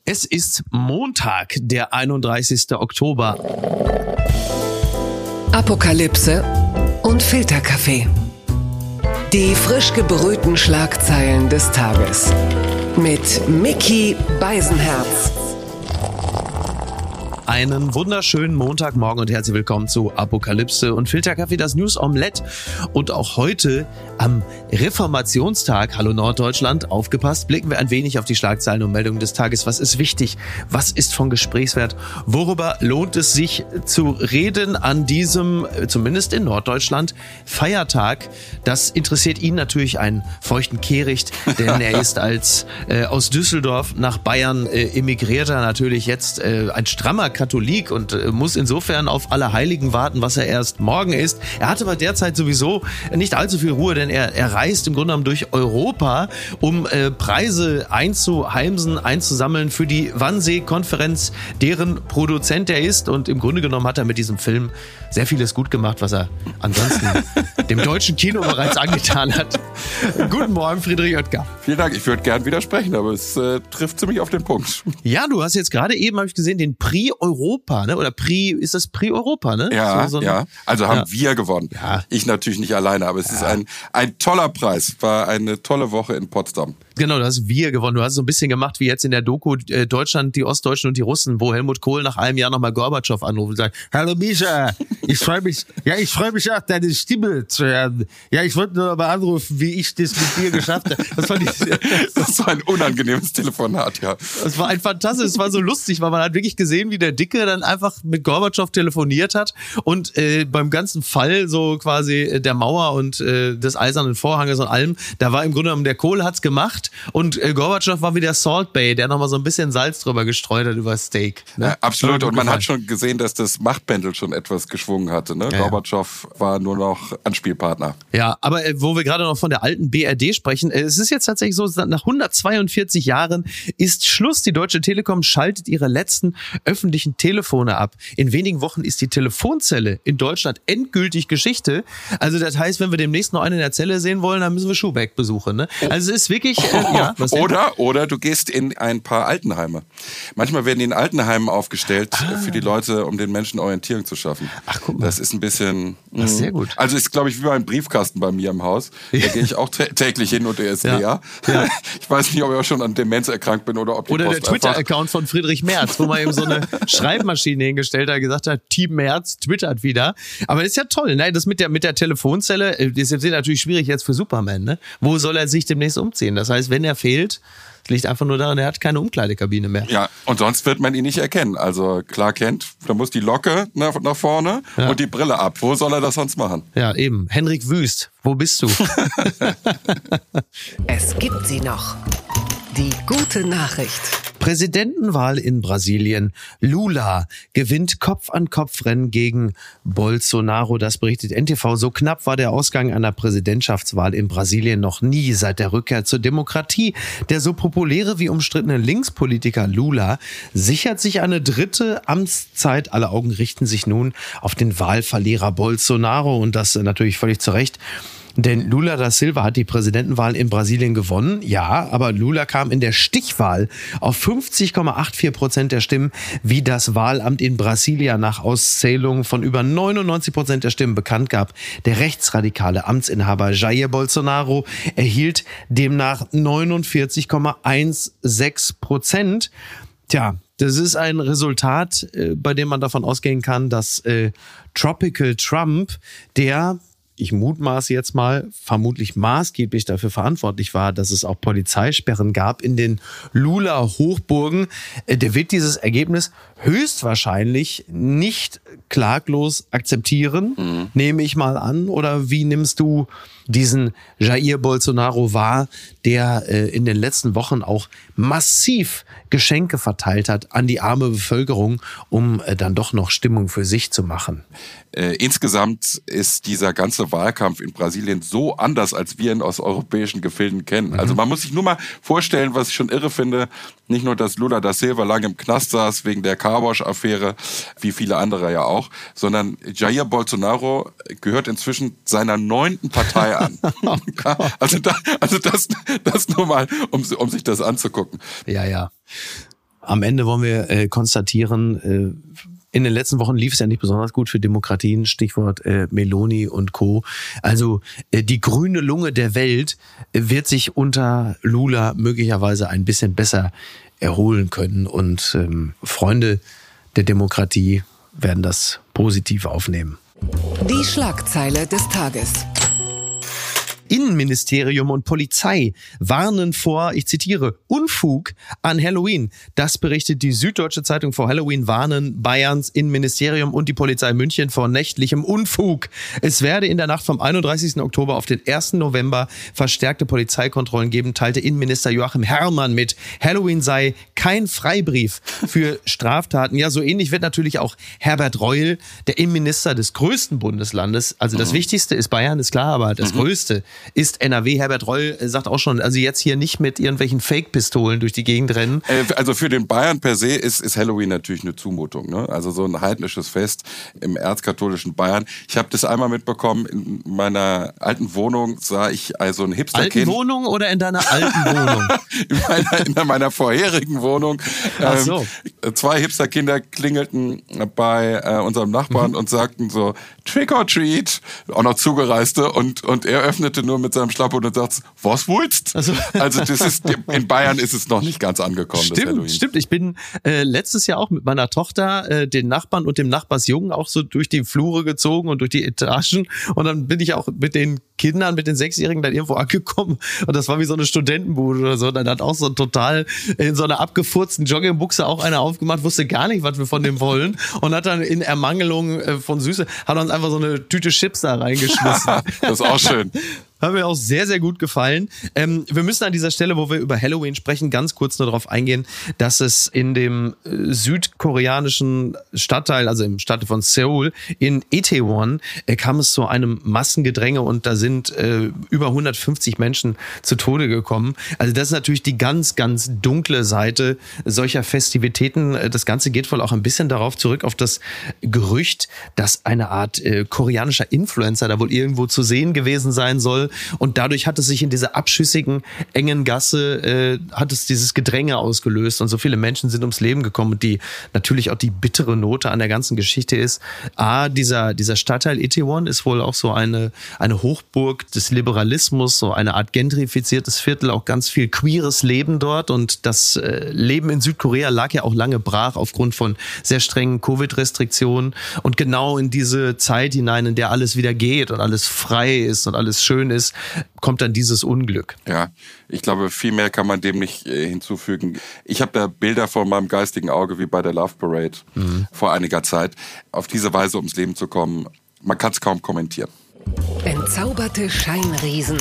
Es ist Montag, der 31. Oktober. Apokalypse und Filterkaffee. Die frisch gebrühten Schlagzeilen des Tages. Mit Micky Beisenherz. Einen wunderschönen Montagmorgen und herzlich willkommen zu Apokalypse und Filterkaffee, das News Omelette. Und auch heute am Reformationstag, hallo Norddeutschland, aufgepasst, blicken wir ein wenig auf die Schlagzeilen und Meldungen des Tages. Was ist wichtig? Was ist von Gesprächswert? Worüber lohnt es sich zu reden an diesem, zumindest in Norddeutschland, Feiertag? Das interessiert ihn natürlich einen feuchten Kehricht, denn er ist aus Düsseldorf nach Bayern emigriert, natürlich jetzt ein strammer Katholik und muss insofern auf Allerheiligen warten, was er erst morgen ist. Er hat aber derzeit sowieso nicht allzu viel Ruhe, denn er reist im Grunde genommen durch Europa, um Preise einzusammeln für die Wannsee-Konferenz, deren Produzent er ist. Und im Grunde genommen hat er mit diesem Film sehr vieles gut gemacht, was er ansonsten dem deutschen Kino bereits angetan hat. Guten Morgen, Friedrich Oetker. Vielen Dank. Ich würde gern widersprechen, aber es trifft ziemlich auf den Punkt. Ja, du hast jetzt gerade eben, habe ich gesehen, den Prix Europa, ne? Oder ist das Prix Europa, ne? Ja, ja. Also haben wir gewonnen. Ja. Ich natürlich nicht alleine, aber es ist ein toller Preis. War eine tolle Woche in Potsdam. Genau, du hast wir gewonnen. Du hast so ein bisschen gemacht wie jetzt in der Doku Deutschland, die Ostdeutschen und die Russen, wo Helmut Kohl nach einem Jahr nochmal Gorbatschow anruft und sagt: Hallo Mischa, ich freue mich auch, deine Stimme zu hören. Ja, ich wollte nur mal anrufen, wie ich das mit dir geschafft habe. Das war ein unangenehmes Telefonat, ja. Das war es war so lustig, weil man hat wirklich gesehen, wie der Dicke dann einfach mit Gorbatschow telefoniert hat und beim ganzen Fall so quasi der Mauer und des Eisernen Vorhanges und allem, da war im Grunde genommen, der Kohl hat's gemacht und Gorbatschow war wie der Salt Bay, der nochmal so ein bisschen Salz drüber gestreut hat über Steak. Ne? Ja, absolut, und man hat schon gesehen, dass das Machtpendel schon etwas geschwungen hatte. Ne? Ja. Gorbatschow war nur noch Anspielpartner. Ja, aber wo wir gerade noch von der alten BRD sprechen, es ist jetzt tatsächlich so, nach 142 Jahren ist Schluss. Die Deutsche Telekom schaltet ihre letzten öffentlichen Telefone ab. In wenigen Wochen ist die Telefonzelle in Deutschland endgültig Geschichte. Also das heißt, wenn wir demnächst noch einen in der Zelle sehen wollen, dann müssen wir Schuhbeck besuchen. Ne? Also es ist wirklich... Oder du gehst in ein paar Altenheime. Manchmal werden die in Altenheimen aufgestellt für die Leute, um den Menschen Orientierung zu schaffen. Ach, guck mal. Das ist ein bisschen... Ach, sehr gut. Also ist, glaube ich, wie ein Briefkasten bei mir im Haus. Da gehe ich auch täglich hin und der ist leer. Ja. Ich weiß nicht, ob ich auch schon an Demenz erkrankt bin oder ob die Oder Post der Twitter-Account von Friedrich Merz, wo man eben so eine Schreibmaschine hingestellt hat, gesagt hat, Team Merz twittert wieder. Aber das ist ja toll, ne? Das mit der Telefonzelle, das ist natürlich schwierig jetzt für Superman, ne? Wo soll er sich demnächst umziehen? Das heißt, wenn er fehlt, liegt einfach nur daran, er hat keine Umkleidekabine mehr. Ja, und sonst wird man ihn nicht erkennen. Also Clark Kent, da muss die Locke nach vorne und die Brille ab. Wo soll er das sonst machen? Ja, eben. Henrik Wüst, wo bist du? Es gibt sie noch. Die gute Nachricht. Präsidentenwahl in Brasilien. Lula gewinnt Kopf-an-Kopf-Rennen gegen Bolsonaro. Das berichtet NTV. So knapp war der Ausgang einer Präsidentschaftswahl in Brasilien noch nie seit der Rückkehr zur Demokratie. Der so populäre wie umstrittene Linkspolitiker Lula sichert sich eine dritte Amtszeit. Alle Augen richten sich nun auf den Wahlverlierer Bolsonaro und das natürlich völlig zu Recht. Denn Lula da Silva hat die Präsidentenwahl in Brasilien gewonnen. Ja, aber Lula kam in der Stichwahl auf 50,84% der Stimmen, wie das Wahlamt in Brasilia nach Auszählung von über 99% der Stimmen bekannt gab. Der rechtsradikale Amtsinhaber Jair Bolsonaro erhielt demnach 49,16%. Tja, das ist ein Resultat, bei dem man davon ausgehen kann, dass Tropical Trump, der, ich mutmaße jetzt mal, vermutlich maßgeblich dafür verantwortlich war, dass es auch Polizeisperren gab in den Lula-Hochburgen. Der wird dieses Ergebnis höchstwahrscheinlich nicht klaglos akzeptieren, nehme ich mal an. Oder wie nimmst du diesen Jair Bolsonaro wahr, der in den letzten Wochen auch massiv Geschenke verteilt hat an die arme Bevölkerung, um dann doch noch Stimmung für sich zu machen? Insgesamt ist dieser ganze Wahlkampf in Brasilien so anders, als wir ihn aus europäischen Gefilden kennen. Also man muss sich nur mal vorstellen, was ich schon irre finde, nicht nur, dass Lula da Silva lange im Knast saß wegen der Carwash-Affäre, wie viele andere ja auch, sondern Jair Bolsonaro gehört inzwischen seiner 9. Partei an. Also das nur mal, um sich das anzugucken. Ja. am Ende wollen wir konstatieren, in den letzten Wochen lief es ja nicht besonders gut für Demokratien, Stichwort Meloni und Co. Also die grüne Lunge der Welt wird sich unter Lula möglicherweise ein bisschen besser erholen können. Und Freunde der Demokratie werden das positiv aufnehmen. Die Schlagzeile des Tages. Innenministerium und Polizei warnen vor, ich zitiere, Unfug an Halloween. Das berichtet die Süddeutsche Zeitung. Vor Halloween warnen Bayerns Innenministerium und die Polizei München vor nächtlichem Unfug. Es werde in der Nacht vom 31. Oktober auf den 1. November verstärkte Polizeikontrollen geben, teilte Innenminister Joachim Herrmann mit. Halloween sei kein Freibrief für Straftaten. Ja, so ähnlich wird natürlich auch Herbert Reul, der Innenminister des größten Bundeslandes. Also das Wichtigste ist Bayern, ist klar, aber das Größte ist NRW. Herbert Reul sagt auch schon, also jetzt hier nicht mit irgendwelchen Fake-Pistolen durch die Gegend rennen. Also für den Bayern per se ist Halloween natürlich eine Zumutung, ne? Also so ein heidnisches Fest im erzkatholischen Bayern. Ich habe das einmal mitbekommen, in meiner alten Wohnung sah ich also ein Hipsterkind. Alten Wohnung oder in deiner alten Wohnung? in meiner vorherigen Wohnung. Ach so. 2 Hipsterkinder klingelten bei unserem Nachbarn und sagten so, Trick or Treat, auch noch Zugereiste, und er öffnete nur mit seinem Schlapphut und sagt, was willst? Also das ist, in Bayern ist es noch nicht ganz angekommen. Stimmt. Ich bin letztes Jahr auch mit meiner Tochter, den Nachbarn und dem Nachbarsjungen auch so durch die Flure gezogen und durch die Etagen, und dann bin ich auch mit den Kindern, mit den 6-Jährigen dann irgendwo angekommen, und das war wie so eine Studentenbude oder so. Dann hat auch so total in so einer abgefurzten Joggingbuchse auch einer aufgemacht, wusste gar nicht, was wir von dem wollen, und hat dann in Ermangelung von Süße, hat uns einfach so eine Tüte Chips da reingeschmissen. Das ist auch schön. Hat mir auch sehr, sehr gut gefallen. Wir müssen an dieser Stelle, wo wir über Halloween sprechen, ganz kurz nur darauf eingehen, dass es in dem südkoreanischen Stadtteil, also im Stadtteil von Seoul, in Itaewon, kam es zu einem Massengedränge, und da sind über 150 Menschen zu Tode gekommen. Also das ist natürlich die ganz, ganz dunkle Seite solcher Festivitäten. Das Ganze geht wohl auch ein bisschen darauf zurück, auf das Gerücht, dass eine Art koreanischer Influencer da wohl irgendwo zu sehen gewesen sein soll. Und dadurch hat es sich in dieser abschüssigen, engen Gasse, hat es dieses Gedränge ausgelöst, und so viele Menschen sind ums Leben gekommen. Und die natürlich auch die bittere Note an der ganzen Geschichte ist, dieser Stadtteil Itaewon ist wohl auch so eine Hochburg des Liberalismus, so eine Art gentrifiziertes Viertel, auch ganz viel queeres Leben dort. Und das Leben in Südkorea lag ja auch lange brach aufgrund von sehr strengen Covid-Restriktionen. Und genau in diese Zeit hinein, in der alles wieder geht und alles frei ist und alles schön ist, kommt dann dieses Unglück. Ja, ich glaube, viel mehr kann man dem nicht hinzufügen. Ich habe da Bilder vor meinem geistigen Auge wie bei der Love Parade vor einiger Zeit. Auf diese Weise ums Leben zu kommen, man kann es kaum kommentieren. Entzauberte Scheinriesen.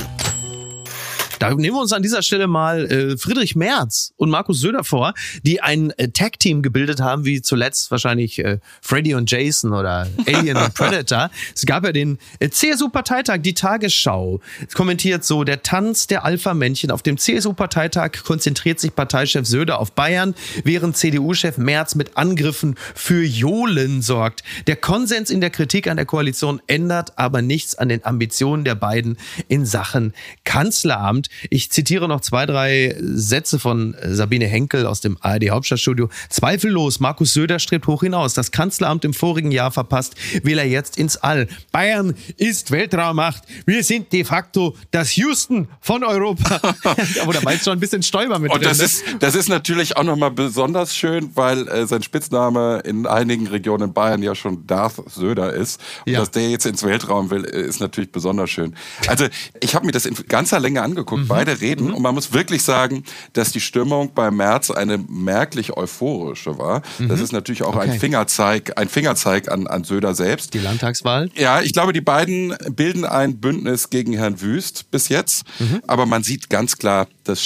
Da nehmen wir uns an dieser Stelle mal Friedrich Merz und Markus Söder vor, die ein Tag-Team gebildet haben, wie zuletzt wahrscheinlich Freddy und Jason oder Alien und Predator. Es gab ja den CSU-Parteitag, die Tagesschau kommentiert so: Der Tanz der Alpha-Männchen. Auf dem CSU-Parteitag konzentriert sich Parteichef Söder auf Bayern, während CDU-Chef Merz mit Angriffen für Johlen sorgt. Der Konsens in der Kritik an der Koalition ändert aber nichts an den Ambitionen der beiden in Sachen Kanzleramt. Ich zitiere noch 2, 3 Sätze von Sabine Henkel aus dem ARD-Hauptstadtstudio. Zweifellos, Markus Söder strebt hoch hinaus. Das Kanzleramt im vorigen Jahr verpasst, will er jetzt ins All. Bayern ist Weltraummacht. Wir sind de facto das Houston von Europa. Aber da war jetzt schon ein bisschen Stäuber mit drin. Und das ist natürlich auch nochmal besonders schön, weil sein Spitzname in einigen Regionen in Bayern ja schon Darth Söder ist. Und dass der jetzt ins Weltraum will, ist natürlich besonders schön. Also ich habe mir das in ganzer Länge angeguckt, beide Reden, und man muss wirklich sagen, dass die Stimmung bei Merz eine merklich euphorische war. Das ist natürlich auch ein Fingerzeig an Söder selbst. Die Landtagswahl? Ja, ich glaube, die beiden bilden ein Bündnis gegen Herrn Wüst bis jetzt, aber man sieht ganz klar, dass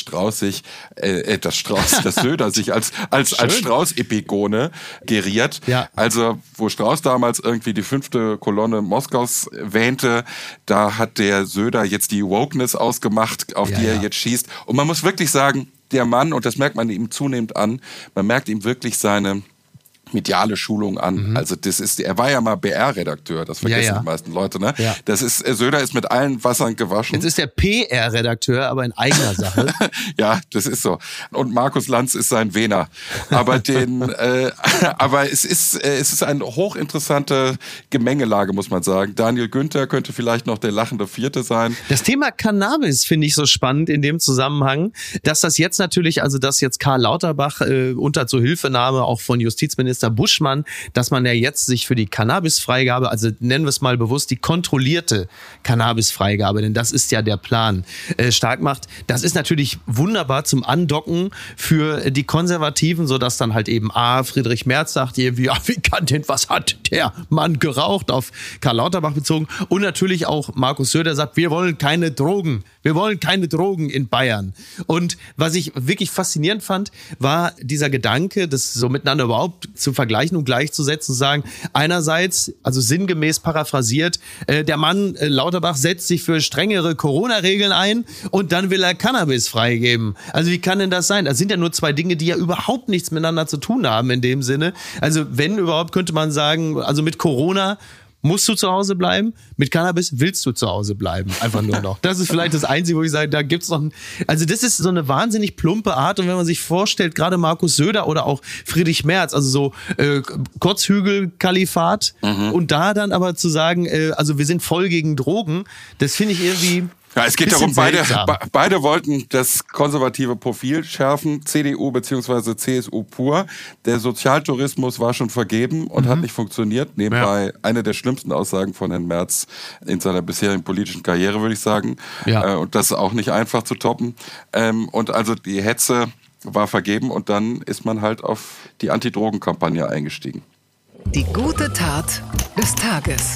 Söder sich als Strauß-Epigone geriert. Ja. Also, wo Strauß damals irgendwie die 5. Kolonne Moskaus wähnte, da hat der Söder jetzt die Wokeness ausgemacht, auf die er jetzt schießt. Und man muss wirklich sagen, der Mann, und das merkt man ihm zunehmend an, man merkt ihm wirklich seine mediale Schulung an. Also er war ja mal BR-Redakteur, das vergessen die meisten Leute, ne? Ja. Söder ist mit allen Wassern gewaschen. Jetzt ist er PR-Redakteur, aber in eigener Sache. Ja, das ist so. Und Markus Lanz ist sein Wehner. Aber aber es ist eine hochinteressante Gemengelage, muss man sagen. Daniel Günther könnte vielleicht noch der lachende Vierte sein. Das Thema Cannabis finde ich so spannend in dem Zusammenhang, dass das jetzt natürlich, also dass jetzt Karl Lauterbach unter Zuhilfenahme auch von Justizminister Buschmann, dass man ja jetzt sich für die Cannabisfreigabe, also nennen wir es mal bewusst, die kontrollierte Cannabisfreigabe, denn das ist ja der Plan, stark macht. Das ist natürlich wunderbar zum Andocken für die Konservativen, sodass dann halt eben Friedrich Merz sagt irgendwie, wie kann denn, was hat der Mann geraucht, auf Karl Lauterbach bezogen, und natürlich auch Markus Söder sagt, wir wollen keine Drogen in Bayern. Und was ich wirklich faszinierend fand, war dieser Gedanke, das so miteinander überhaupt zu vergleichen und gleichzusetzen, zu sagen, einerseits, also sinngemäß paraphrasiert, der Mann Lauterbach setzt sich für strengere Corona-Regeln ein und dann will er Cannabis freigeben. Also wie kann denn das sein? Das sind ja nur zwei Dinge, die ja überhaupt nichts miteinander zu tun haben in dem Sinne. Also wenn überhaupt, könnte man sagen, also mit Corona musst du zu Hause bleiben, mit Cannabis willst du zu Hause bleiben, einfach nur noch. Das ist vielleicht das Einzige, wo ich sage, da gibt's noch also das ist so eine wahnsinnig plumpe Art, und wenn man sich vorstellt, gerade Markus Söder oder auch Friedrich Merz, also so Kotzhügel-Kalifat, und da dann aber zu sagen, also wir sind voll gegen Drogen, das finde ich irgendwie... Ja, es geht darum, beide wollten das konservative Profil schärfen, CDU bzw. CSU pur. Der Sozialtourismus war schon vergeben und hat nicht funktioniert. Nebenbei eine der schlimmsten Aussagen von Herrn Merz in seiner bisherigen politischen Karriere, würde ich sagen. Ja. Und das ist auch nicht einfach zu toppen. Und also die Hetze war vergeben, und dann ist man halt auf die Anti-Drogen-Kampagne eingestiegen. Die gute Tat des Tages.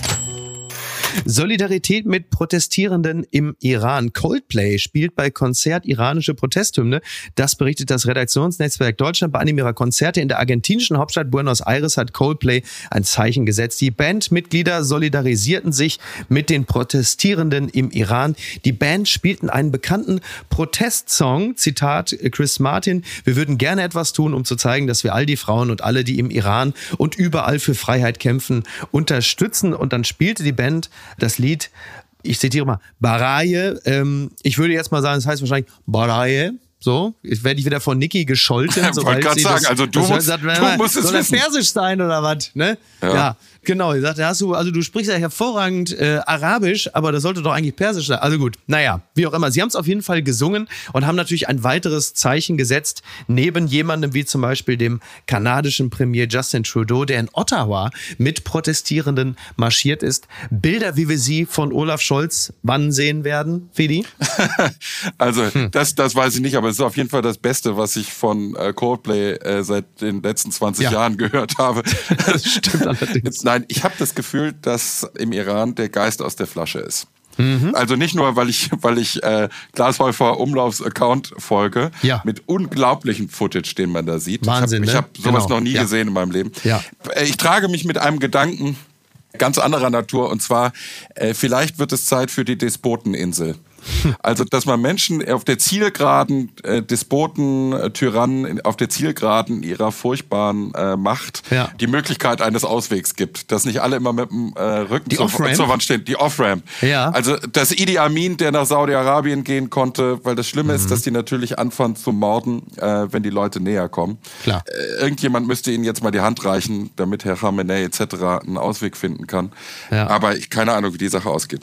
Solidarität mit Protestierenden im Iran. Coldplay spielt bei Konzert iranische Protesthymne. Das berichtet das Redaktionsnetzwerk Deutschland. Bei einem ihrer Konzerte in der argentinischen Hauptstadt Buenos Aires hat Coldplay ein Zeichen gesetzt. Die Bandmitglieder solidarisierten sich mit den Protestierenden im Iran. Die Band spielten einen bekannten Protestsong, Zitat Chris Martin: Wir würden gerne etwas tun, um zu zeigen, dass wir all die Frauen und alle, die im Iran und überall für Freiheit kämpfen, unterstützen. Und dann spielte die Band das Lied, ich zitiere mal, Baraye. Ich würde jetzt mal sagen, es heißt wahrscheinlich Baraye. So, jetzt werde ich wieder von Niki gescholten. Ich wollte gerade sagen, also du musst es wissen. Soll das Persisch sein oder was? Ne? Ja. Genau, ich sagte, du sprichst ja hervorragend Arabisch, aber das sollte doch eigentlich Persisch sein. Also gut, naja, wie auch immer. Sie haben es auf jeden Fall gesungen und haben natürlich ein weiteres Zeichen gesetzt, neben jemandem wie zum Beispiel dem kanadischen Premier Justin Trudeau, der in Ottawa mit Protestierenden marschiert ist. Bilder, wie wir sie von Olaf Scholz wann sehen werden, Fidi? Also, das weiß ich nicht, aber es ist auf jeden Fall das Beste, was ich von Coldplay seit den letzten 20 Jahren gehört habe. Das stimmt allerdings. Nein, ich habe das Gefühl, dass im Iran der Geist aus der Flasche ist. Also nicht nur, weil ich Glashäufer Umlaufs Account folge, mit unglaublichem Footage, den man da sieht. Wahnsinn, ich habe sowas noch nie gesehen in meinem Leben. Ja. Ich trage mich mit einem Gedanken ganz anderer Natur, und zwar, vielleicht wird es Zeit für die Despoteninsel. Also, dass man Menschen auf der Zielgeraden, Despoten, Tyrannen auf der Zielgeraden ihrer furchtbaren Macht die Möglichkeit eines Auswegs gibt. Dass nicht alle immer mit dem Rücken zur Wand stehen. Die Off-Ramp. Ja. Also, dass Idi Amin, der nach Saudi-Arabien gehen konnte, weil das Schlimme ist, dass die natürlich anfangen zu morden, wenn die Leute näher kommen. Klar. Irgendjemand müsste ihnen jetzt mal die Hand reichen, damit Herr Khamenei etc. einen Ausweg finden kann. Ja. Aber keine Ahnung, wie die Sache ausgeht.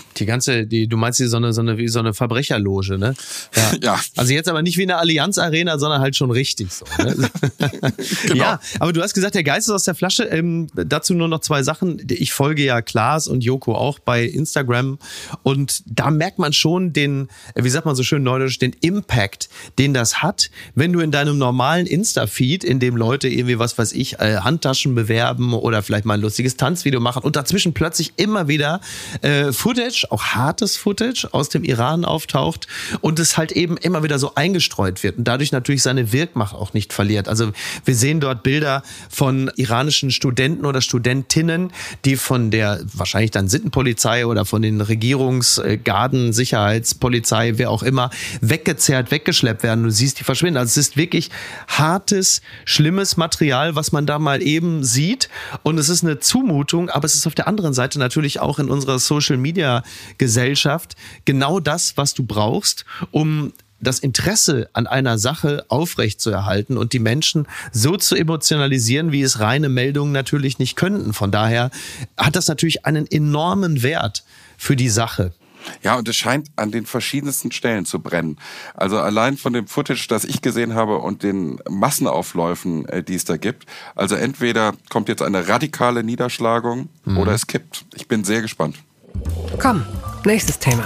Du meinst so eine Verbrecherloge, ne? Ja. Also jetzt aber nicht wie eine Allianz Arena, sondern halt schon richtig so. Ne? Genau. Ja, aber du hast gesagt, der Geist ist aus der Flasche. Dazu nur noch 2 Sachen. Ich folge ja Klaas und Joko auch bei Instagram, und da merkt man schon den, wie sagt man so schön neudeutsch, den Impact, den das hat, wenn du in deinem normalen Insta-Feed, in dem Leute irgendwie, was weiß ich, Handtaschen bewerben oder vielleicht mal ein lustiges Tanzvideo machen und dazwischen plötzlich immer wieder Footage, auch hartes Footage aus dem Iran Namen auftaucht und es halt eben immer wieder so eingestreut wird und dadurch natürlich seine Wirkmacht auch nicht verliert. Also wir sehen dort Bilder von iranischen Studenten oder Studentinnen, die von der wahrscheinlich dann Sittenpolizei oder von den Regierungsgarden, Sicherheitspolizei, wer auch immer, weggezerrt, weggeschleppt werden. Du siehst die verschwinden. Also es ist wirklich hartes, schlimmes Material, was man da mal eben sieht. Und es ist eine Zumutung, aber es ist auf der anderen Seite natürlich auch in unserer Social-Media-Gesellschaft genau das, was du brauchst, um das Interesse an einer Sache aufrechtzuerhalten und die Menschen so zu emotionalisieren, wie es reine Meldungen natürlich nicht könnten. Von daher hat das natürlich einen enormen Wert für die Sache. Ja, und es scheint an den verschiedensten Stellen zu brennen. Also allein von dem Footage, das ich gesehen habe und den Massenaufläufen, die es da gibt. Also entweder kommt jetzt eine radikale Niederschlagung oder es kippt. Ich bin sehr gespannt. Komm, nächstes Thema.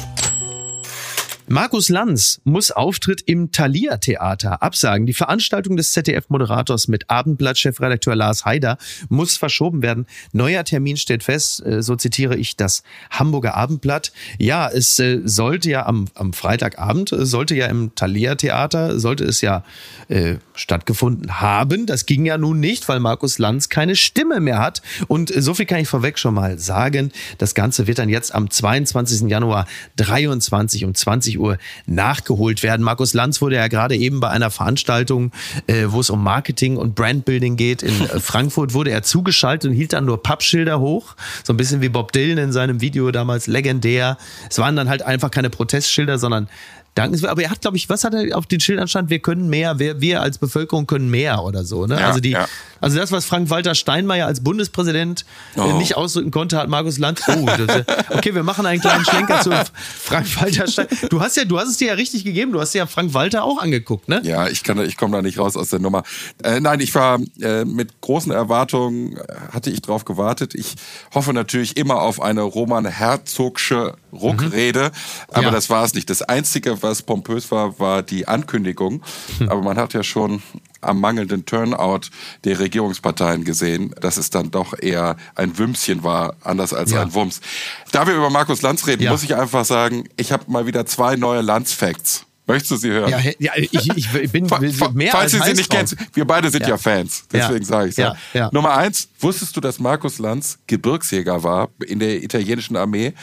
Markus Lanz muss Auftritt im Thalia-Theater absagen. Die Veranstaltung des ZDF-Moderators mit Abendblatt-Chefredakteur Lars Haider muss verschoben werden. Neuer Termin steht fest, so zitiere ich das Hamburger Abendblatt. Ja, es sollte ja am Freitagabend, sollte ja im Thalia-Theater, sollte es ja stattgefunden haben. Das ging ja nun nicht, weil Markus Lanz keine Stimme mehr hat. Und so viel kann ich vorweg schon mal sagen. Das Ganze wird dann jetzt am 22. Januar 23 um 20 Uhr nachgeholt werden. Markus Lanz wurde ja gerade eben bei einer Veranstaltung, wo es um Marketing und Brandbuilding geht, in Frankfurt wurde er zugeschaltet und hielt dann nur Pappschilder hoch. So ein bisschen wie Bob Dylan in seinem Video damals, legendär. Es waren dann halt einfach keine Protestschilder, sondern dankenswert. Aber er hat, glaube ich, was hat er auf den Schildern stand? Wir können mehr, wir als Bevölkerung können mehr oder so. Ne? Ja, also das, was Frank-Walter Steinmeier als Bundespräsident nicht ausdrücken konnte, hat Markus Lanz. Okay, wir machen einen kleinen Schlenker zu Frank-Walter Steinmeier. Du hast es dir ja richtig gegeben. Du hast dir ja Frank-Walter auch angeguckt, ne? Ja, ich komme da nicht raus aus der Nummer. Nein, ich war mit großen Erwartungen, hatte ich drauf gewartet. Ich hoffe natürlich immer auf eine Roman Herzogsche Ruckrede, aber das war es nicht. Das Einzige, was pompös war die Ankündigung. Aber man hat ja schon am mangelnden Turnout der Regierungsparteien gesehen, dass es dann doch eher ein Wümschen war, anders als ein Wumms. Da wir über Markus Lanz reden, muss ich einfach sagen, ich habe mal wieder 2 neue Lanz-Facts. Möchtest du sie hören? Ja, ich bin mehr Falls als Sie sie nicht kennen, wir beide sind ja Fans, deswegen sage ich es. Ja. Nummer 1, wusstest du, dass Markus Lanz Gebirgsjäger war in der italienischen Armee?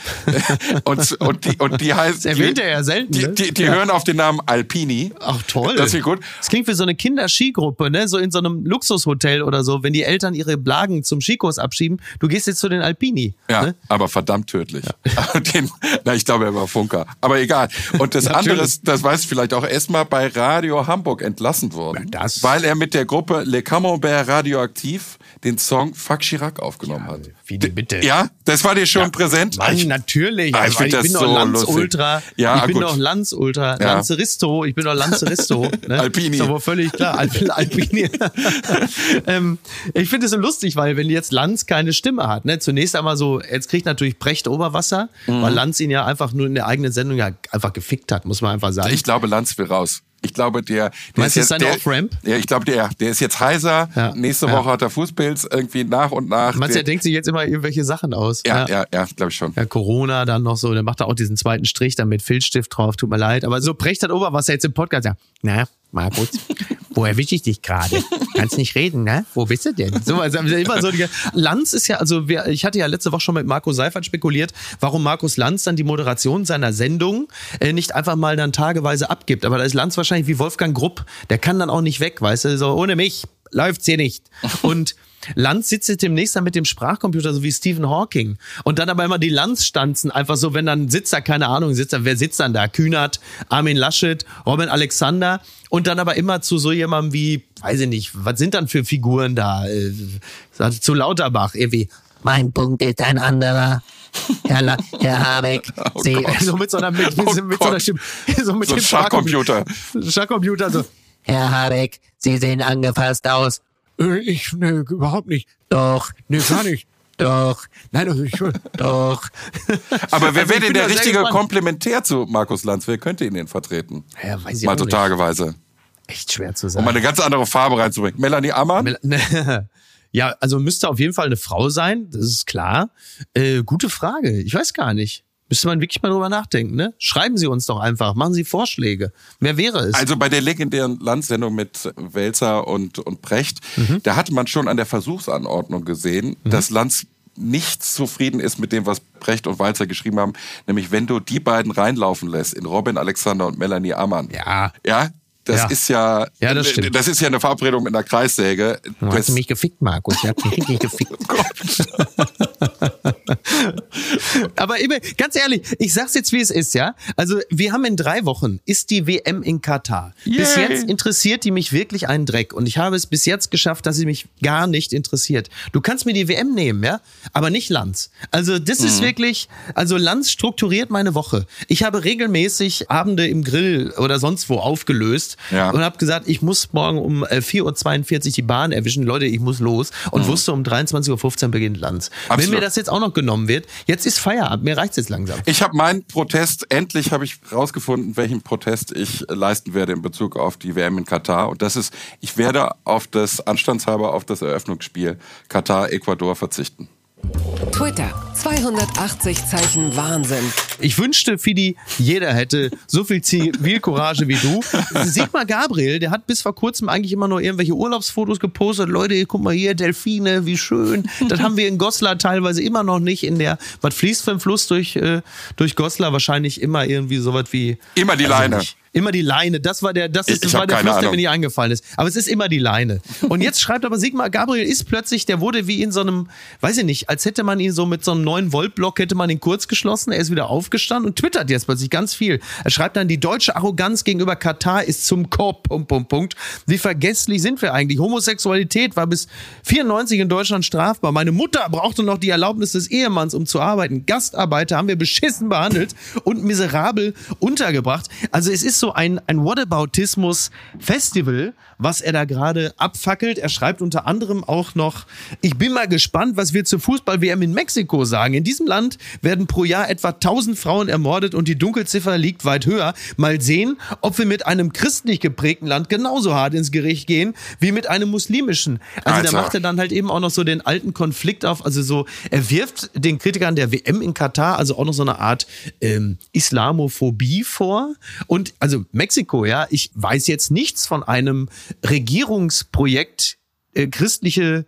und die heißt... Das erwähnt er ja selten. Die hören auf den Namen Alpini. Ach toll. Das ist gut. Das klingt wie so eine Kinderskigruppe, ne? So in so einem Luxushotel oder so, wenn die Eltern ihre Blagen zum Skikurs abschieben. Du gehst jetzt zu den Alpini. Ja, ne? aber verdammt tödlich. Ja. Ich glaube, er war Funker. Aber egal. Und das andere, das weißt du vielleicht auch, erstmal bei Radio Hamburg entlassen worden, weil er mit der Gruppe Le Camembert Radioaktiv den Song Fuck Chirac aufgenommen hat. Wie denn bitte? Ja, das war dir schon präsent? Mann, natürlich. Ich bin doch Lanz-Ultra. Ja, ich bin doch Lanz-Ultra. Ja. Lanzeristo. Ich bin doch Lanzeristo. Ne? Alpini. Ist aber völlig klar. Alpini. Ich finde es so lustig, weil wenn jetzt Lanz keine Stimme hat, ne, zunächst einmal so, jetzt kriegt natürlich Precht Oberwasser, weil Lanz ihn ja einfach nur in der eigenen Sendung ja einfach gefickt hat, muss man einfach sagen. Ich glaube, Lanz will raus. Ich glaube, der Meinst du, ist seine Off-Ramp? Ja, ich glaube, der ist jetzt heiser. Ja. Nächste Woche hat er Fußpilz irgendwie nach und nach. Meinst du, der denkt sich jetzt immer irgendwelche Sachen aus? Ja, glaube ich schon. Ja, Corona dann noch so, der macht da auch diesen zweiten Strich dann mit Filzstift drauf, tut mir leid. Aber so Precht hat Oberwasser jetzt im Podcast, ja. Na, Markus, wo erwische ich dich gerade? Kannst nicht reden, ne? Wo bist du denn? So, also immer so Lanz ist ja, also ich hatte ja letzte Woche schon mit Marco Seifert spekuliert, warum Markus Lanz dann die Moderation seiner Sendung nicht einfach mal dann tageweise abgibt. Aber da ist Lanz wahrscheinlich wie Wolfgang Grupp, der kann dann auch nicht weg, weißt du, so ohne mich läuft's hier nicht. Und Lanz sitzt jetzt demnächst dann mit dem Sprachcomputer, so wie Stephen Hawking. Und dann aber immer die Lanz-Stanzen, einfach so, wenn dann sitzt da, keine Ahnung, wer sitzt dann da? Kühnert, Armin Laschet, Robin Alexander. Und dann aber immer zu so jemandem wie, weiß ich nicht, was sind dann für Figuren da? Zu Lauterbach, irgendwie. Mein Punkt ist ein anderer. Herr Habeck, Sie... So mit so einer Stimme. So mit dem Schachcomputer. Schachcomputer, so. Herr Habeck, Sie sehen angefasst aus. Nee, überhaupt nicht. Doch. Nee, gar nicht. Doch. Nein, also ich schon. Doch. Aber wer wäre denn der richtige Komplementär zu Markus Lanz? Wer könnte ihn denn vertreten? Ja, weiß ich mal auch so nicht. Tageweise. Echt schwer zu sagen. Um mal eine ganz andere Farbe reinzubringen. Melanie Ammann? Ja, also müsste auf jeden Fall eine Frau sein, das ist klar. Gute Frage, ich weiß gar nicht. Müsste man wirklich mal drüber nachdenken, ne? Schreiben Sie uns doch einfach, machen Sie Vorschläge. Wer wäre es? Also bei der legendären Landsendung mit Welzer und Precht, da hatte man schon an der Versuchsanordnung gesehen, dass Lanz nicht zufrieden ist mit dem, was Precht und Walzer geschrieben haben, nämlich wenn du die beiden reinlaufen lässt, in Robin Alexander und Melanie Ammann. Ja? Das ist ja, das stimmt. Das ist ja eine Verabredung mit einer Kreissäge. Du hast mich gefickt, Markus. Ich hab mich richtig gefickt. Aber ganz ehrlich, ich sag's jetzt, wie es ist, ja. Also wir haben in 3 Wochen ist die WM in Katar. Yay. Bis jetzt interessiert die mich wirklich einen Dreck. Und ich habe es bis jetzt geschafft, dass sie mich gar nicht interessiert. Du kannst mir die WM nehmen, ja, aber nicht Lanz. Also das ist wirklich, also Lanz strukturiert meine Woche. Ich habe regelmäßig Abende im Grill oder sonst wo aufgelöst und habe gesagt, ich muss morgen um 4:42 Uhr die Bahn erwischen. Leute, ich muss los. Und wusste, um 23:15 Uhr beginnt Lanz. Absolut. Wenn mir das jetzt auch noch genommen wird, jetzt ist Feierabend, mir reicht's jetzt langsam. Ich habe meinen Protest, endlich habe ich rausgefunden, welchen Protest ich leisten werde in Bezug auf die WM in Katar. Und das ist, ich werde anstandshalber auf das Eröffnungsspiel Katar-Ecuador verzichten. Twitter, 280 Zeichen Wahnsinn. Ich wünschte, Fidi, jeder hätte so viel Zivilcourage wie du. Sigmar Gabriel, der hat bis vor kurzem eigentlich immer nur irgendwelche Urlaubsfotos gepostet. Leute, guck mal hier, Delfine, wie schön. Das haben wir in Goslar teilweise immer noch nicht in der, was fließt für ein Fluss durch Goslar? Wahrscheinlich immer irgendwie sowas wie... Immer die Leine. Immer die Leine, das war der Fluss, der mir nicht eingefallen ist. Aber es ist immer die Leine. Und jetzt schreibt aber Sigmar Gabriel ist plötzlich, der wurde wie in so einem, weiß ich nicht, als hätte man ihn so mit so einem 9-Volt-Block, hätte man ihn kurz geschlossen, er ist wieder aufgestanden und twittert jetzt plötzlich ganz viel. Er schreibt dann, die deutsche Arroganz gegenüber Katar ist zum Korb, .. Wie vergesslich sind wir eigentlich? Homosexualität war bis 94 in Deutschland strafbar. Meine Mutter brauchte noch die Erlaubnis des Ehemanns, um zu arbeiten. Gastarbeiter haben wir beschissen behandelt und miserabel untergebracht. Also es ist so ein Whataboutismus-Festival, was er da gerade abfackelt. Er schreibt unter anderem auch noch, ich bin mal gespannt, was wir zur Fußball-WM in Mexiko sagen. In diesem Land werden pro Jahr etwa 1000 Frauen ermordet und die Dunkelziffer liegt weit höher. Mal sehen, ob wir mit einem christlich geprägten Land genauso hart ins Gericht gehen, wie mit einem muslimischen. Also da macht er dann halt eben auch noch so den alten Konflikt auf. Also so, er wirft den Kritikern der WM in Katar also auch noch so eine Art Islamophobie vor. Und also Mexiko, ja, ich weiß jetzt nichts von einem Regierungsprojekt christliche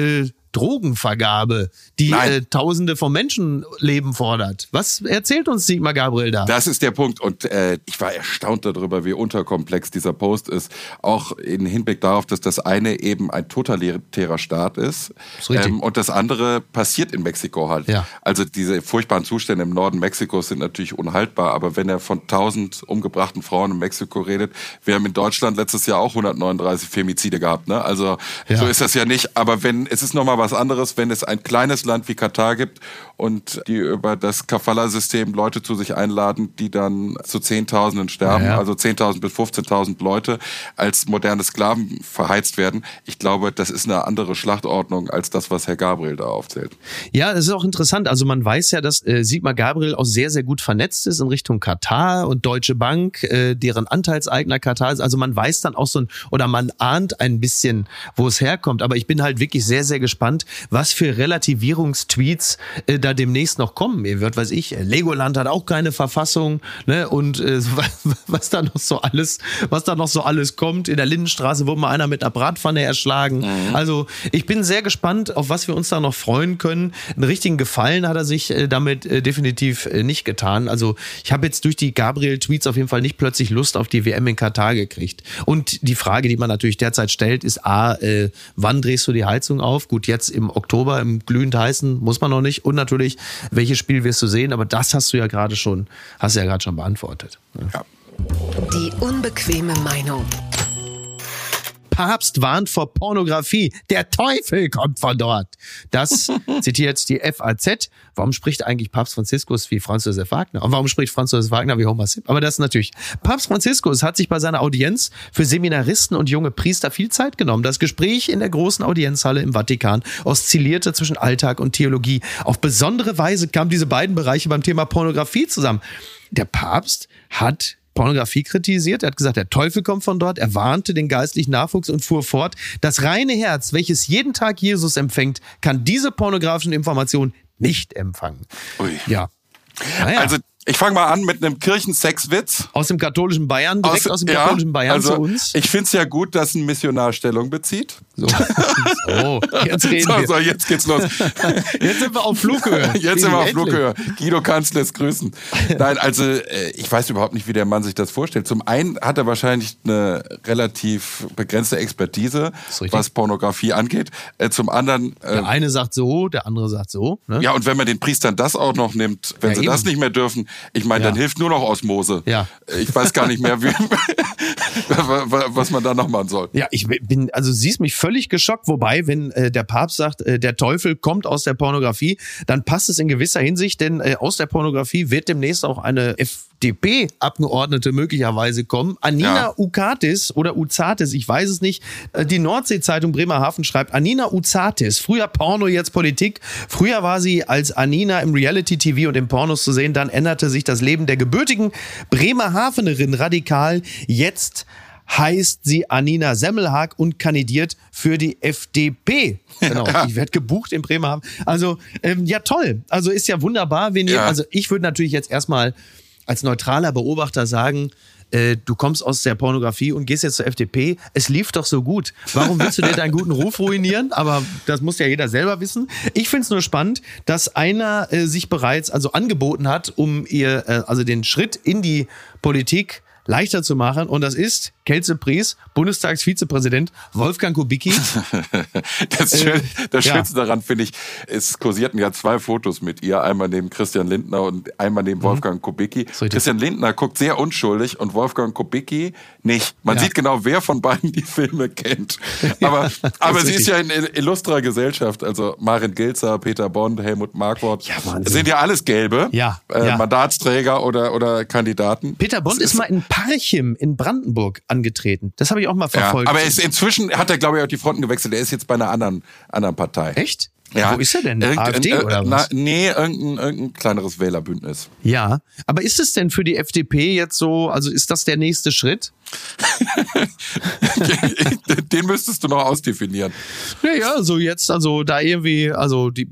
Drogenvergabe, die Tausende von Menschenleben fordert. Was erzählt uns Sigmar Gabriel da? Das ist der Punkt und ich war erstaunt darüber, wie unterkomplex dieser Post ist. Auch im Hinblick darauf, dass das eine eben ein totalitärer Staat ist und das andere passiert in Mexiko halt. Ja. Also diese furchtbaren Zustände im Norden Mexikos sind natürlich unhaltbar, aber wenn er von 1000 umgebrachten Frauen in Mexiko redet, wir haben in Deutschland letztes Jahr auch 139 Femizide gehabt. Ne? Also so ist das ja nicht, aber es ist nochmal was anderes, wenn es ein kleines Land wie Katar gibt und die über das Kafala-System Leute zu sich einladen, die dann zu Zehntausenden sterben, also 10.000 bis 15.000 Leute als moderne Sklaven verheizt werden. Ich glaube, das ist eine andere Schlachtordnung als das, was Herr Gabriel da aufzählt. Ja, das ist auch interessant. Also man weiß ja, dass Sigmar Gabriel auch sehr, sehr gut vernetzt ist in Richtung Katar und Deutsche Bank, deren Anteilseigner Katar ist. Also man weiß dann auch oder man ahnt ein bisschen, wo es herkommt. Aber ich bin halt wirklich sehr, sehr gespannt, was für Relativierungstweets da demnächst noch kommen. Ihr wird, weiß ich, Legoland hat auch keine Verfassung, ne? Und was da noch so alles kommt. In der Lindenstraße wurde mal einer mit einer Bratpfanne erschlagen. Also ich bin sehr gespannt, auf was wir uns da noch freuen können. Einen richtigen Gefallen hat er sich damit definitiv nicht getan. Also ich habe jetzt durch die Gabriel-Tweets auf jeden Fall nicht plötzlich Lust auf die WM in Katar gekriegt. Und die Frage, die man natürlich derzeit stellt, ist wann drehst du die Heizung auf? Gut, jetzt im Oktober, im glühend heißen, muss man noch nicht. Und natürlich, welches Spiel wirst du sehen? Aber das hast du ja gerade schon beantwortet. Ja. Die unbequeme Meinung. Papst warnt vor Pornografie. Der Teufel kommt von dort. Das zitiert die FAZ. Warum spricht eigentlich Papst Franziskus wie Franz Josef Wagner? Und warum spricht Franz Josef Wagner wie Homer Simpson? Aber das natürlich. Papst Franziskus hat sich bei seiner Audienz für Seminaristen und junge Priester viel Zeit genommen. Das Gespräch in der großen Audienzhalle im Vatikan oszillierte zwischen Alltag und Theologie. Auf besondere Weise kamen diese beiden Bereiche beim Thema Pornografie zusammen. Der Papst hat Pornografie kritisiert. Er hat gesagt, der Teufel kommt von dort. Er warnte den geistlichen Nachwuchs und fuhr fort: Das reine Herz, welches jeden Tag Jesus empfängt, kann diese pornografischen Informationen nicht empfangen. Ui. Ja. Naja. Also ich fange mal an mit einem Kirchensexwitz. Aus dem katholischen Bayern, direkt aus dem katholischen Bayern zu uns. Ich finde es ja gut, dass ein Missionar Stellung bezieht. So, jetzt reden wir. So, jetzt geht's los. Jetzt sind wir auf Flughöhe. Jetzt sind wir auf Flughöhe. Guido kann's lässt grüßen. Nein, also ich weiß überhaupt nicht, wie der Mann sich das vorstellt. Zum einen hat er wahrscheinlich eine relativ begrenzte Expertise, was Pornografie angeht. Zum anderen... der eine sagt so, der andere sagt so. Ne? Ja, und wenn man den Priestern das auch noch nimmt, wenn sie das nicht mehr dürfen, ich meine, dann hilft nur noch Osmose. Ja. Ich weiß gar nicht mehr, was man da noch machen soll. Ja, also siehst mich völlig geschockt, wobei, wenn der Papst sagt, der Teufel kommt aus der Pornografie, dann passt es in gewisser Hinsicht, denn aus der Pornografie wird demnächst auch eine FDP-Abgeordnete möglicherweise kommen. Anina Uzatis oder Uzatis, ich weiß es nicht. Die Nordsee-Zeitung Bremerhaven schreibt, Anina Uzatis, früher Porno, jetzt Politik. Früher war sie als Anina im Reality-TV und im Pornos zu sehen, dann änderte sich das Leben der gebürtigen Bremerhavenerin radikal. Jetzt heißt sie Anina Semmelhag und kandidiert für die FDP. Genau, die wird gebucht in Bremerhaven. Also, ja toll. Also ist ja wunderbar. Also ich würde natürlich jetzt erstmal als neutraler Beobachter sagen, du kommst aus der Pornografie und gehst jetzt zur FDP. Es lief doch so gut. Warum willst du dir deinen guten Ruf ruinieren? Aber das muss ja jeder selber wissen. Ich finde es nur spannend, dass einer sich bereits angeboten hat, um ihr den Schritt in die Politik leichter zu machen. Und das ist Kelsey Priess, Bundestagsvizepräsident Wolfgang Kubicki. Das Schönste daran finde ich, es kursierten ja 2 Fotos mit ihr. Einmal neben Christian Lindner und einmal neben Wolfgang Kubicki. Christian Lindner guckt sehr unschuldig und Wolfgang Kubicki nicht. Man sieht genau, wer von beiden die Filme kennt. Aber sie ist ja in illustrer Gesellschaft. Also Marin Gilzer, Peter Bond, Helmut Marquardt. Ja, das sind ja alles Gelbe. Mandatsträger oder Kandidaten. Peter Bond ist mal in Parchim in Brandenburg angetreten. Das habe ich auch mal verfolgt. Ja, aber inzwischen hat er, glaube ich, auch die Fronten gewechselt. Er ist jetzt bei einer anderen Partei. Echt? Ja. Wo ist er denn? AfD oder was? Irgendein kleineres Wählerbündnis. Ja, aber ist es denn für die FDP jetzt so, also ist das der nächste Schritt? Den müsstest du noch ausdefinieren. Ja, da irgendwie, die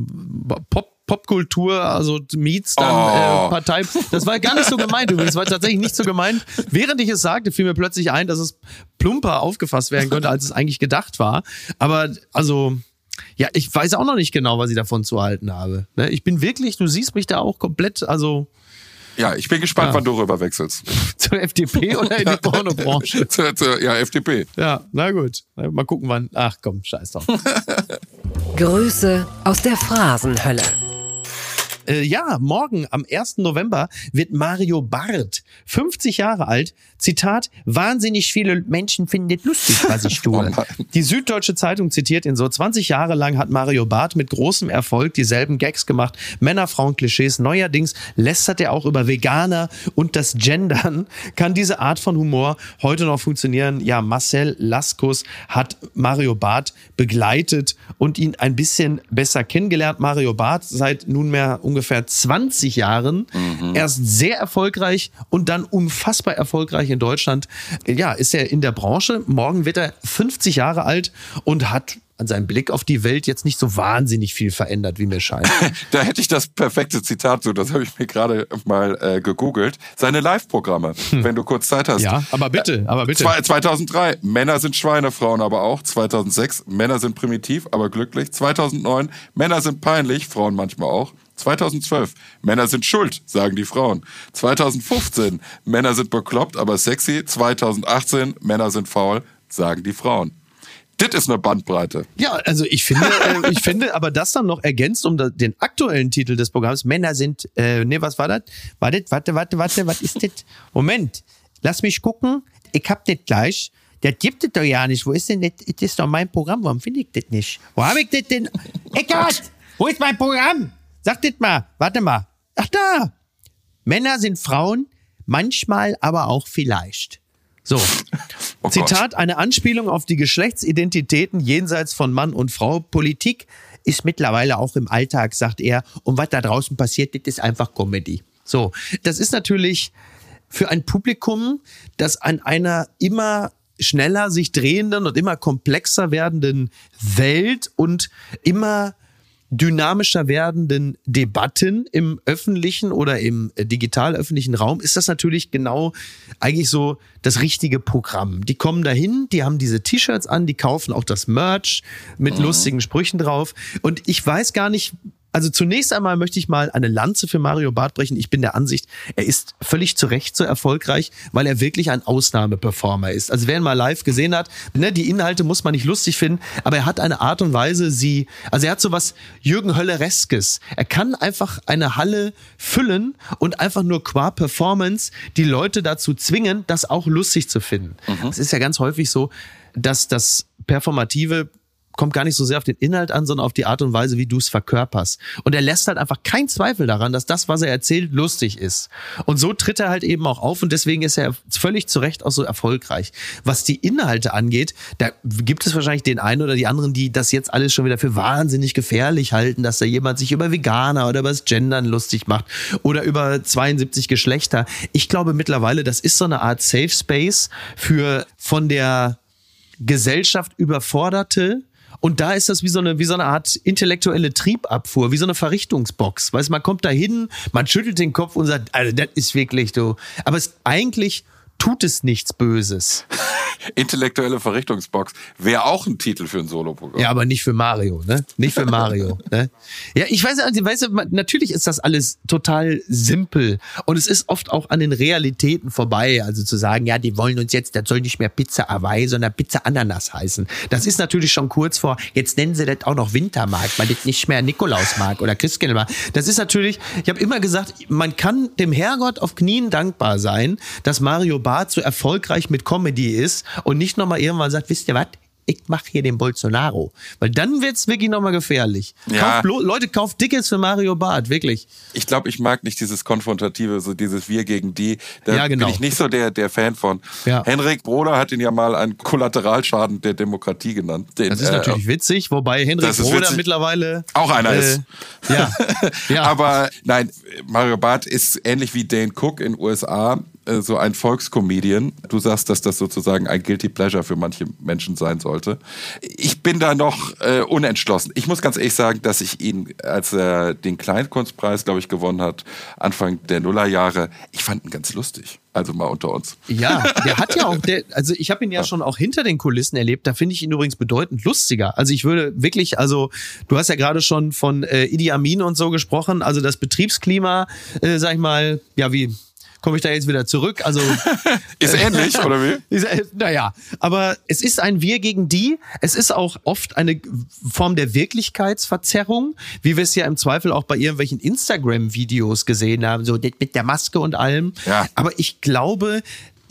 Popkultur, meets dann Partei. Das war gar nicht so gemeint übrigens, das war tatsächlich nicht so gemeint. Während ich es sagte, fiel mir plötzlich ein, dass es plumper aufgefasst werden könnte, als es eigentlich gedacht war. Aber ja, ich weiß auch noch nicht genau, was ich davon zu halten habe. Ich bin wirklich, du siehst mich da auch komplett, Ja, ich bin gespannt, wann du rüber wechselst. Zur FDP oder in die Pornobranche? Ja, FDP. Ja, na gut. Mal gucken, wann. Ach komm, scheiß drauf. Grüße aus der Phrasenhölle. Morgen am 1. November wird Mario Barth 50 Jahre alt. Zitat, wahnsinnig viele Menschen finden es lustig, was ich tue. Die Süddeutsche Zeitung zitiert ihn so, 20 Jahre lang hat Mario Barth mit großem Erfolg dieselben Gags gemacht, Männer-Frauen-Klischees. Neuerdings lästert er auch über Veganer und das Gendern. Kann diese Art von Humor heute noch funktionieren? Ja, Marcel Laskus hat Mario Barth begleitet und ihn ein bisschen besser kennengelernt. Mario Barth seit nunmehr ungefähr 20 Jahren. Erst sehr erfolgreich und dann unfassbar erfolgreich in Deutschland. Ja, ist er in der Branche. Morgen wird er 50 Jahre alt und hat an seinem Blick auf die Welt jetzt nicht so wahnsinnig viel verändert, wie mir scheint. Da hätte ich das perfekte Zitat so, das habe ich mir gerade mal gegoogelt. Seine Live-Programme, wenn du kurz Zeit hast. Ja, aber bitte. 2003, Männer sind Schweine, Frauen aber auch. 2006, Männer sind primitiv, aber glücklich. 2009, Männer sind peinlich, Frauen manchmal auch. 2012, Männer sind schuld, sagen die Frauen. 2015, Männer sind bekloppt, aber sexy. 2018, Männer sind faul, sagen die Frauen. Das ist eine Bandbreite. Ja, also ich finde, aber das dann noch ergänzt um den aktuellen Titel des Programms, Männer sind, was war das? Warte, was ist das? Moment, lass mich gucken, ich hab das gleich. Das gibt es doch ja nicht. Wo ist denn das? Das ist doch mein Programm, warum finde ich das nicht? Wo habe ich das denn? Eckart, wo ist mein Programm? Sag das mal, warte mal. Ach da, Männer sind Frauen, manchmal aber auch vielleicht. So, oh Zitat, eine Anspielung auf die Geschlechtsidentitäten jenseits von Mann und Frau. Politik ist mittlerweile auch im Alltag, sagt er. Und was da draußen passiert, das ist einfach Comedy. So, das ist natürlich für ein Publikum, das an einer immer schneller sich drehenden und immer komplexer werdenden Welt und immer dynamischer werdenden Debatten im öffentlichen oder im digital öffentlichen Raum ist das natürlich genau eigentlich so das richtige Programm. Die kommen dahin, die haben diese T-Shirts an, die kaufen auch das Merch mit lustigen Sprüchen drauf. Und ich weiß gar nicht, also zunächst einmal möchte ich mal eine Lanze für Mario Barth brechen. Ich bin der Ansicht, er ist völlig zu Recht so erfolgreich, weil er wirklich ein Ausnahmeperformer ist. Also wer ihn mal live gesehen hat, ne, die Inhalte muss man nicht lustig finden, aber er hat eine Art und Weise, also er hat so was Jürgen Höllereskes. Er kann einfach eine Halle füllen und einfach nur qua Performance die Leute dazu zwingen, das auch lustig zu finden. Es ist ja ganz häufig so, dass das Performative kommt gar nicht so sehr auf den Inhalt an, sondern auf die Art und Weise, wie du es verkörperst. Und er lässt halt einfach keinen Zweifel daran, dass das, was er erzählt, lustig ist. Und so tritt er halt eben auch auf und deswegen ist er völlig zu Recht auch so erfolgreich. Was die Inhalte angeht, da gibt es wahrscheinlich den einen oder die anderen, die das jetzt alles schon wieder für wahnsinnig gefährlich halten, dass da jemand sich über Veganer oder über das Gendern lustig macht oder über 72 Geschlechter. Ich glaube mittlerweile, das ist so eine Art Safe Space für von der Gesellschaft überforderte. Und da ist das wie so eine Art intellektuelle Triebabfuhr, wie so eine Verrichtungsbox. Weißt, man kommt da hin, man schüttelt den Kopf und sagt, also das ist wirklich du. Aber eigentlich tut es nichts Böses. Intellektuelle Verrichtungsbox wäre auch ein Titel für ein Soloprogramm. Ja, aber nicht für Mario, ne? Nicht für Mario, ne? Ja, ich weiß, natürlich ist das alles total simpel und es ist oft auch an den Realitäten vorbei. Also zu sagen, ja, die wollen uns jetzt, das soll nicht mehr Pizza Hawaii, sondern Pizza Ananas heißen. Das ist natürlich schon kurz vor, jetzt nennen sie das auch noch Wintermarkt, weil das nicht mehr Nikolausmarkt oder Christkindlmarkt. Das ist natürlich, ich habe immer gesagt, man kann dem Herrgott auf Knien dankbar sein, dass Mario Barth so erfolgreich mit Comedy ist und nicht nochmal irgendwann sagt, wisst ihr was, ich mache hier den Bolsonaro. Weil dann wird's wirklich nochmal gefährlich. Ja. Leute, kauft Tickets für Mario Barth, wirklich. Ich glaube, ich mag nicht dieses Konfrontative, so dieses Wir gegen die. Da Ja, genau. bin ich nicht so der Fan von. Ja. Henrik Broder hat ihn ja mal einen Kollateralschaden der Demokratie genannt. Das ist natürlich witzig, wobei Henrik Broder witzig. Mittlerweile Auch einer ist. Ja. Ja. Aber nein, Mario Barth ist ähnlich wie Dane Cook in den USA so ein Volkscomedian. Du sagst, dass das sozusagen ein Guilty Pleasure für manche Menschen sein sollte. Ich bin da noch unentschlossen. Ich muss ganz ehrlich sagen, dass ich ihn, als er den Kleinkunstpreis, glaube ich, gewonnen hat, Anfang der Nullerjahre, ich fand ihn ganz lustig. Also mal unter uns. Ja, der hat ja auch, also ich habe ihn ja schon auch hinter den Kulissen erlebt, da finde ich ihn übrigens bedeutend lustiger. Also ich würde wirklich, also du hast ja gerade schon von Idi Amin und so gesprochen, also das Betriebsklima, sag ich mal, ja wie... komme ich da jetzt wieder zurück. Also ist ähnlich, oder wie? Naja, aber es ist ein Wir gegen die. Es ist auch oft eine Form der Wirklichkeitsverzerrung, wie wir es ja im Zweifel auch bei irgendwelchen Instagram-Videos gesehen haben, so mit der Maske und allem. Ja. Aber ich glaube,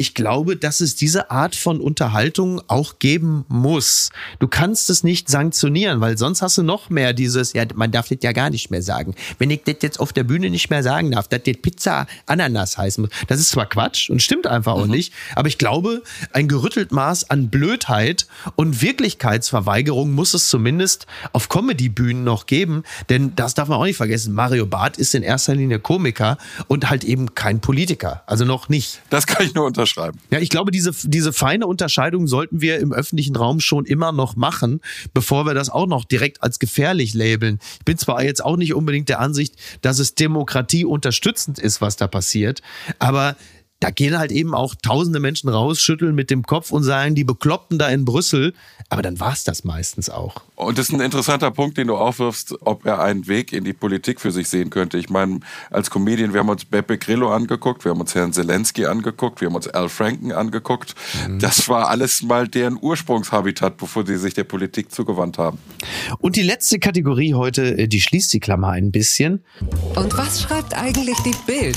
dass es diese Art von Unterhaltung auch geben muss. Du kannst es nicht sanktionieren, weil sonst hast du noch mehr dieses, ja, man darf das ja gar nicht mehr sagen. Wenn ich das jetzt auf der Bühne nicht mehr sagen darf, dass das Pizza Ananas heißen muss. Das ist zwar Quatsch und stimmt einfach auch nicht, aber ich glaube, ein gerüttelt Maß an Blödheit und Wirklichkeitsverweigerung muss es zumindest auf Comedy-Bühnen noch geben, denn das darf man auch nicht vergessen. Mario Barth ist in erster Linie Komiker und halt eben kein Politiker. Also noch nicht. Das kann ich nur unterschreiben. Ja, ich glaube, diese feine Unterscheidung sollten wir im öffentlichen Raum schon immer noch machen, bevor wir das auch noch direkt als gefährlich labeln. Ich bin zwar jetzt auch nicht unbedingt der Ansicht, dass es Demokratie unterstützend ist, was da passiert, aber da gehen halt eben auch tausende Menschen raus, schütteln mit dem Kopf und sagen, die Bekloppten da in Brüssel. Aber dann war's das meistens auch. Und das ist ein interessanter Punkt, den du aufwirfst, ob er einen Weg in die Politik für sich sehen könnte. Ich meine, als Comedian, wir haben uns Beppe Grillo angeguckt, wir haben uns Herrn Zelensky angeguckt, wir haben uns Al Franken angeguckt. Das war alles mal deren Ursprungshabitat, bevor sie sich der Politik zugewandt haben. Und die letzte Kategorie heute, die schließt die Klammer ein bisschen. Und was schreibt eigentlich die Bild?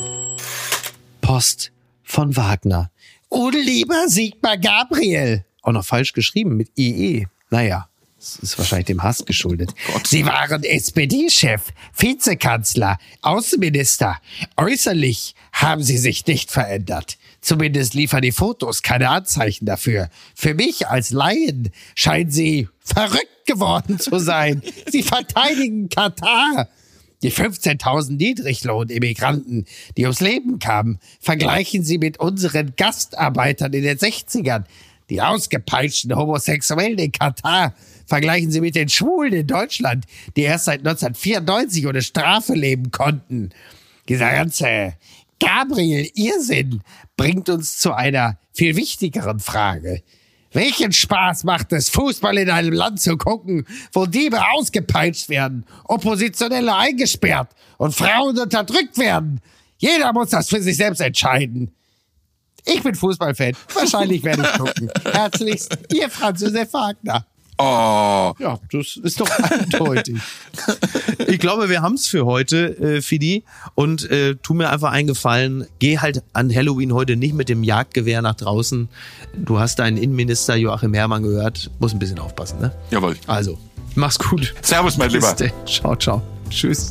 Post von Wagner. Oh, lieber Sigmar Gabriel. Auch noch falsch geschrieben mit IE. Naja, das ist wahrscheinlich dem Hass geschuldet. Sie waren SPD-Chef, Vizekanzler, Außenminister. Äußerlich haben Sie sich nicht verändert. Zumindest liefern die Fotos keine Anzeichen dafür. Für mich als Laien scheinen Sie verrückt geworden zu sein. Sie verteidigen Katar. Die 15.000 Niedriglohn-Immigranten, die ums Leben kamen, vergleichen Sie mit unseren Gastarbeitern in den 60ern. Die ausgepeitschten Homosexuellen in Katar vergleichen sie mit den Schwulen in Deutschland, die erst seit 1994 ohne Strafe leben konnten. Dieser ganze Gabriel-Irrsinn bringt uns zu einer viel wichtigeren Frage. Welchen Spaß macht es, Fußball in einem Land zu gucken, wo Diebe ausgepeitscht werden, Oppositionelle eingesperrt und Frauen unterdrückt werden? Jeder muss das für sich selbst entscheiden. Ich bin Fußballfan. Wahrscheinlich werde ich gucken. Herzlichst, Ihr Franz Josef Wagner. Oh. Ja, das ist doch eindeutig. Ich glaube, wir haben's für heute, Fidi. Und tu mir einfach einen Gefallen. Geh halt an Halloween heute nicht mit dem Jagdgewehr nach draußen. Du hast deinen Innenminister Joachim Herrmann gehört. Muss ein bisschen aufpassen, ne? Jawohl. Also, mach's gut. Servus, mein Lieber. Ciao, ciao. Tschüss.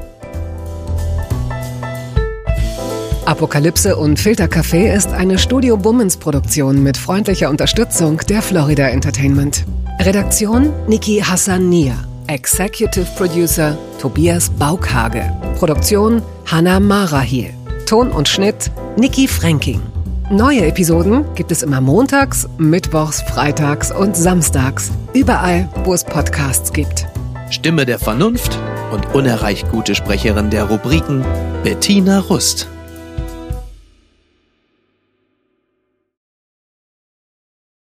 Apokalypse und Filtercafé ist eine Studio Bummens Produktion mit freundlicher Unterstützung der Florida Entertainment. Redaktion Niki Hassania. Executive Producer Tobias Baukhage. Produktion Hannah Marahiel. Ton und Schnitt Niki Fränking. Neue Episoden gibt es immer montags, mittwochs, freitags und samstags. Überall, wo es Podcasts gibt. Stimme der Vernunft und unerreicht gute Sprecherin der Rubriken Bettina Rust.